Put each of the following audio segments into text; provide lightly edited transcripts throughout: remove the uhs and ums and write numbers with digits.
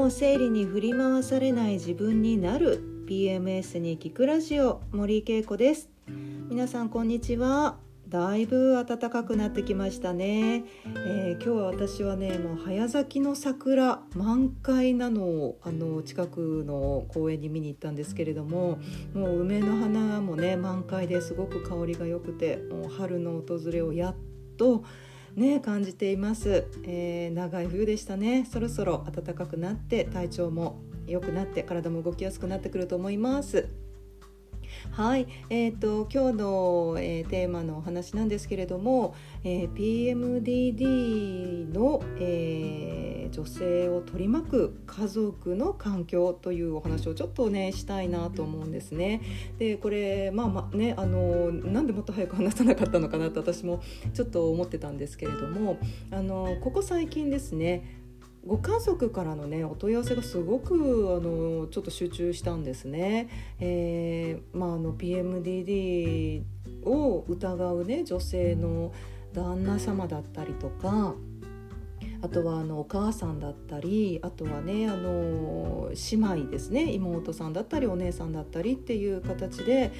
も生理に振り回されない自分になる PMS に聞くラジオ、森井恵子です。皆さんこんにちは。だいぶ暖かくなってきましたね。今日は私はね、もう早咲きの桜満開なのを近くの公園に見に行ったんですけれども、もう梅の花もね満開ですごく香りが良くて、もう春の訪れをやっと感じています。長い冬でしたね。そろそろ暖かくなって体調も良くなって体も動きやすくなってくると思います。はい、今日の、テーマのお話なんですけれども、PMDD の、女性を取り巻く家族の環境というお話をちょっとねしたいなと思うんですね。でこれなんでもっと早く話さなかったのかなと私もちょっと思ってたんですけれども、ここ最近ですね、ご家族からのねお問い合わせがすごくちょっと集中したんですね。PMDD を疑うね女性の旦那様だったりとか、あとはお母さんだったり、あとはね姉妹ですね、妹さんだったりお姉さんだったりっていう形で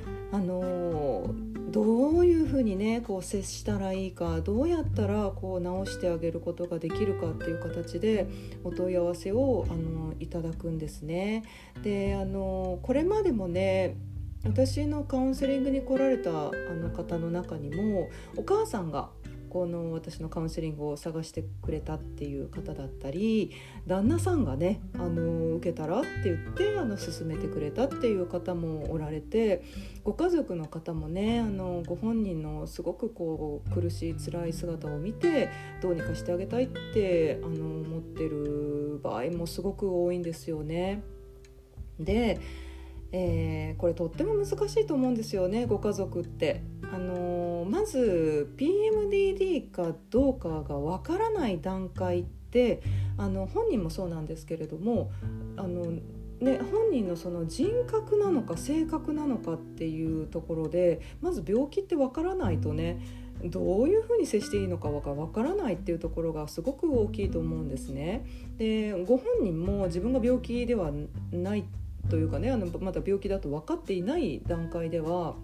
どういうふうにね接したらいいか、どうやったら直してあげることができるかっていう形でお問い合わせをいただくんですね。でこれまでもね私のカウンセリングに来られた方の中にも、お母さんが私のカウンセリングを探してくれたっていう方だったり、旦那さんがね受けたらって言って勧めてくれたっていう方もおられて、ご家族の方もねご本人のすごく苦しい辛い姿を見てどうにかしてあげたいって思ってる場合もすごく多いんですよね。でこれとっても難しいと思うんですよね、ご家族って。まず PMDD かどうかがわからない段階って本人もそうなんですけれども本人のその人格なのか性格なのかっていうところで、まず病気ってわからないとね、どういうふうに接していいのかわからないっていうところがすごく大きいと思うんですね。でご本人も自分が病気ではないというかね、まだ病気だと分かっていない段階では、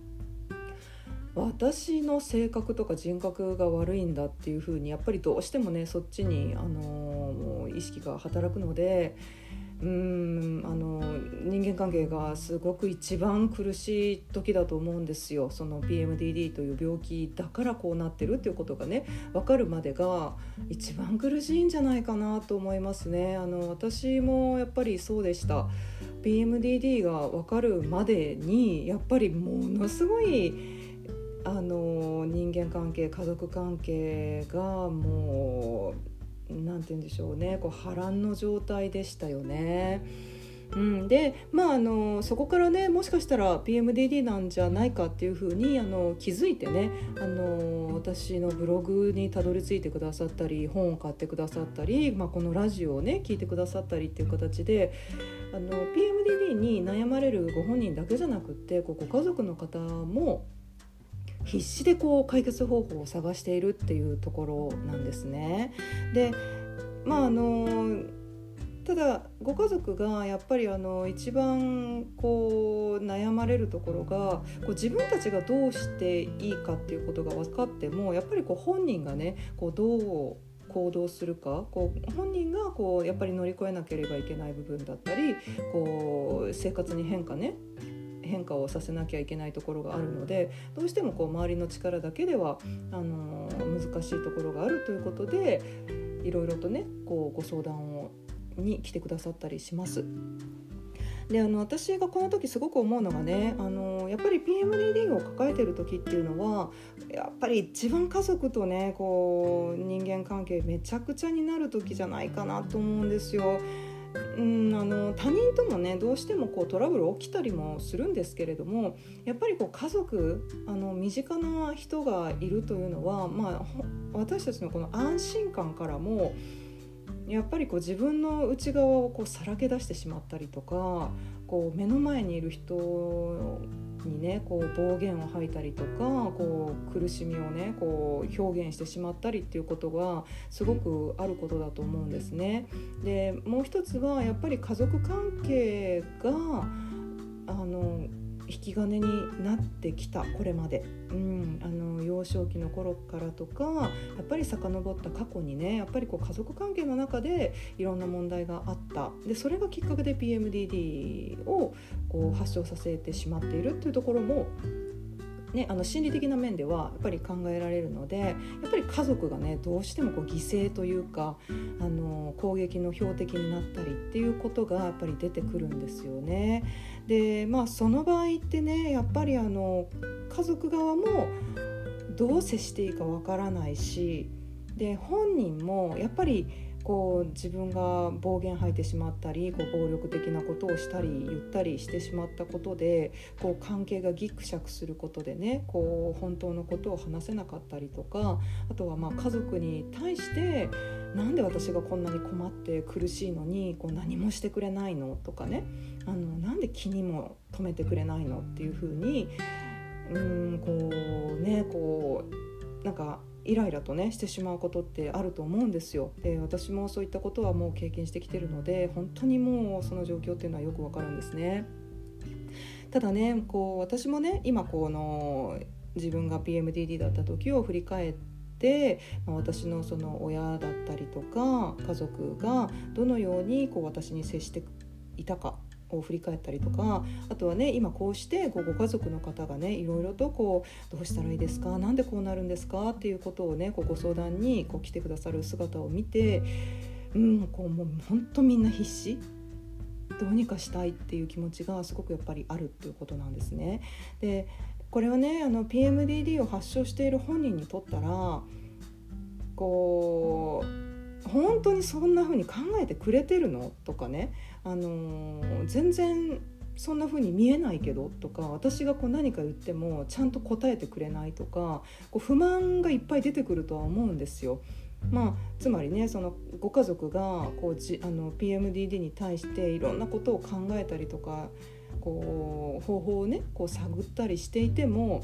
私の性格とか人格が悪いんだっていうふうにやっぱりどうしてもねそっちに意識が働くので、人間関係がすごく一番苦しい時だと思うんですよ。その PMDD という病気だからこうなってるっていうことがね分かるまでが一番苦しいんじゃないかなと思いますね。私もやっぱりそうでした。 PMDD が分かるまでにやっぱりものすごい人間関係、家族関係がもうなんて言うんでしょうね、波乱の状態でしたよね。でそこからねもしかしたら PMDD なんじゃないかっていうふうに気づいてね私のブログにたどり着いてくださったり、本を買ってくださったり、このラジオをね聞いてくださったりっていう形でPMDD に悩まれるご本人だけじゃなくってご家族の方も必死で解決方法を探しているっていうところなんですね。でただご家族がやっぱり一番悩まれるところが自分たちがどうしていいかっていうことが分かっても、やっぱり本人がねどう行動するか、本人がやっぱり乗り越えなければいけない部分だったり、生活に変化をさせなきゃいけないところがあるので、どうしても周りの力だけでは難しいところがあるということで、いろいろとねご相談に来てくださったりします。で私がこの時すごく思うのがね、やっぱり PMDD を抱えている時っていうのはやっぱり一番家族とね人間関係めちゃくちゃになる時じゃないかなと思うんですよ。他人ともねどうしてもトラブル起きたりもするんですけれども、やっぱり家族身近な人がいるというのは、私たちのこの安心感からもやっぱり自分の内側をさらけ出してしまったりとか、目の前にいる人にねこう暴言を吐いたりとかこう苦しみをねこう表現してしまったりっていうことがすごくあることだと思うんですね。でもう一つはやっぱり家族関係が引き金になってきたこれまで、幼少期の頃からとかやっぱり遡った過去にねやっぱりこう家族関係の中でいろんな問題があった。でそれがきっかけで PMDD をこう発症させてしまっているっていうところもね、心理的な面ではやっぱり考えられるのでやっぱり家族がねどうしてもこう犠牲というか攻撃の標的になったりっていうことがやっぱり出てくるんですよね。でその場合ってねやっぱり家族側もどう接していいかわからないしで本人もやっぱりこう自分が暴言吐いてしまったりこう暴力的なことをしたり言ったりしてしまったことでこう関係がギクシャクすることでねこう本当のことを話せなかったりとかあとは家族に対してなんで私がこんなに困って苦しいのにこう何もしてくれないのとかねなんで気にも留めてくれないのっていうふうになんかイライラとねしてしまうことってあると思うんですよ。で私もそういったことはもう経験してきてるので本当にもうその状況っていうのはよくわかるんですね。ただねこう私もね今自分が PMDD だった時を振り返って私のその親だったりとか家族がどのようにこう私に接していたかを振り返ったりとかあとはね今こうしてご家族の方がねいろいろとこうどうしたらいいですかなんでこうなるんですかっていうことをねご相談に来てくださる姿を見てもう本当みんな必死どうにかしたいっていう気持ちがすごくやっぱりあるっていうことなんですね。でこれはねPMDD を発症している本人にとったらこう本当にそんな風に考えてくれてるのとかね、全然そんな風に見えないけどとか私が何か言ってもちゃんと答えてくれないとか不満がいっぱい出てくるとは思うんですよ。つまりねそのご家族がPMDD に対していろんなことを考えたりとか方法をね探ったりしていても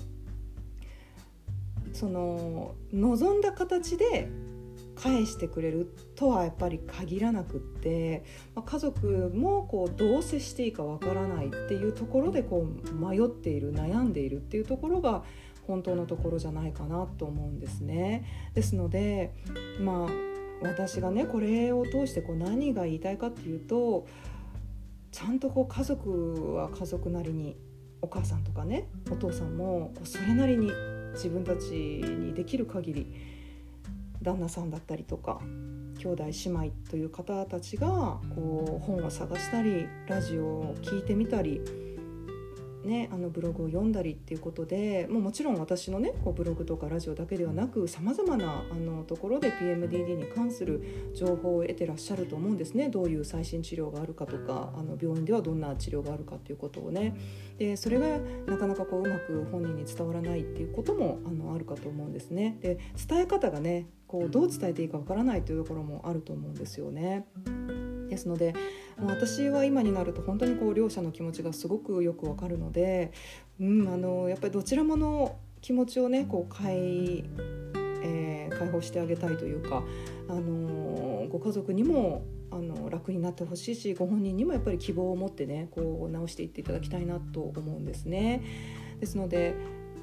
その望んだ形で返してくれるとはやっぱり限らなくって、家族もどう接していいかわからないっていうところで迷っている悩んでいるっていうところが本当のところじゃないかなと思うんですね。ですので私がねこれを通して何が言いたいかっていうとちゃんと家族は家族なりにお母さんとかねお父さんもそれなりに自分たちにできる限り旦那さんだったりとか兄弟姉妹という方たちが本を探したりラジオを聞いてみたり、ね、ブログを読んだりっていうことでもちろん私のねブログとかラジオだけではなくさまざまなところで PMDD に関する情報を得てらっしゃると思うんですね。どういう最新治療があるかとか病院ではどんな治療があるかっていうことをねでそれがなかなかうまく本人に伝わらないっていうこともあるかと思うんですね。で伝え方がねどう伝えていいかわからないというところもあると思うんですよね。ですので私は今になると本当に両者の気持ちがすごくよくわかるので、やっぱりどちらもの気持ちをね解放してあげたいというか、ご家族にも楽になってほしいしご本人にもやっぱり希望を持ってね直していっていただきたいなと思うんですね。ですので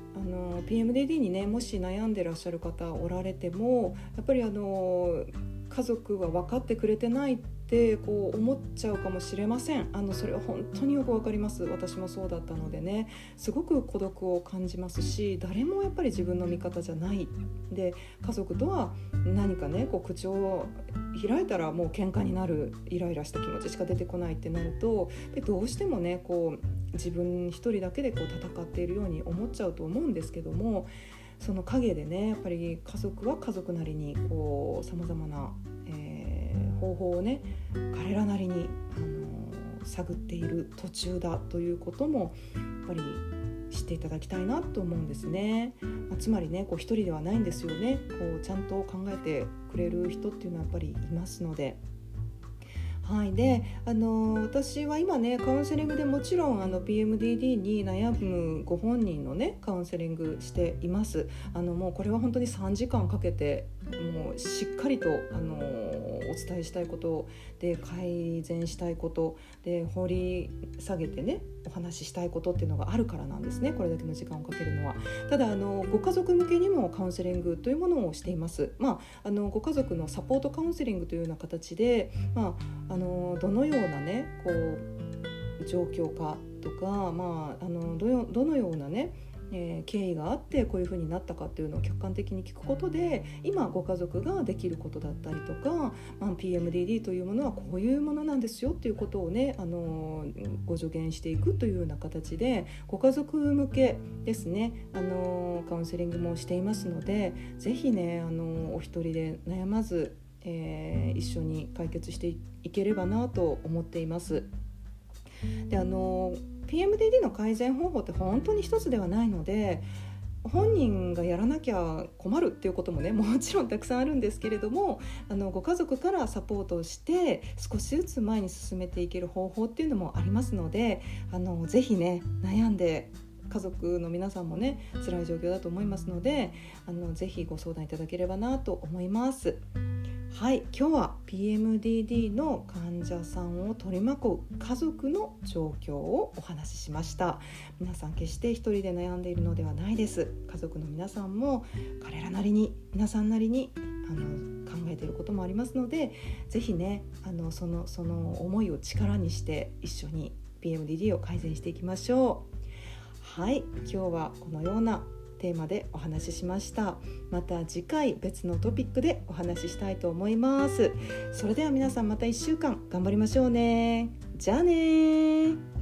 PMDD にねもし悩んでらっしゃる方おられてもやっぱり家族は分かってくれてないって思っちゃうかもしれません。それは本当によくわかります。私もそうだったのでねすごく孤独を感じますし誰もやっぱり自分の味方じゃないで家族とは何かね口を開いたらもう喧嘩になるイライラした気持ちしか出てこないってなるとどうしてもね自分一人だけで戦っているように思っちゃうと思うんですけどもその陰でねやっぱり家族は家族なりにさまざまな、方法をね彼らなりに、探っている途中だということもやっぱり知っていただきたいなと思うんですね。つまりね一人ではないんですよね。ちゃんと考えてくれる人っていうのはやっぱりいますのではい、で私は今ねカウンセリングでもちろんPMDD に悩むご本人のねカウンセリングしています。もうこれは本当に3時間かけてもうしっかりとお伝えしたいことで改善したいことで掘り下げてねお話ししたいことっていうのがあるからなんですね。これだけの時間をかけるのは。ただご家族向けにもカウンセリングというものをしています。ご家族のサポートカウンセリングというような形で、どのようなねこう状況かとか、どのようなね経緯があってこういう風になったかっていうのを客観的に聞くことで今ご家族ができることだったりとか、PMDD というものはこういうものなんですよっていうことをねご助言していくというような形でご家族向けですねカウンセリングもしていますので、ぜひねお一人で悩まず、一緒に解決していければなと思っています。でPMDD の改善方法って本当に一つではないので、本人がやらなきゃ困るっていうこともねもちろんたくさんあるんですけれども、ご家族からサポートをして少しずつ前に進めていける方法っていうのもありますので、ぜひね悩んで家族の皆さんもね辛い状況だと思いますのでぜひご相談いただければなと思います。はい、今日は PMDD の患者さんを取り巻く家族の状況をお話ししました。皆さん決して一人で悩んでいるのではないです。家族の皆さんも彼らなりに皆さんなりに考えていることもありますので、ぜひねその思いを力にして一緒に PMDD を改善していきましょう。はい、今日はこのようなテーマでお話ししました。また次回別のトピックでお話ししたいと思います。それでは皆さんまた1週間頑張りましょうね。じゃあね。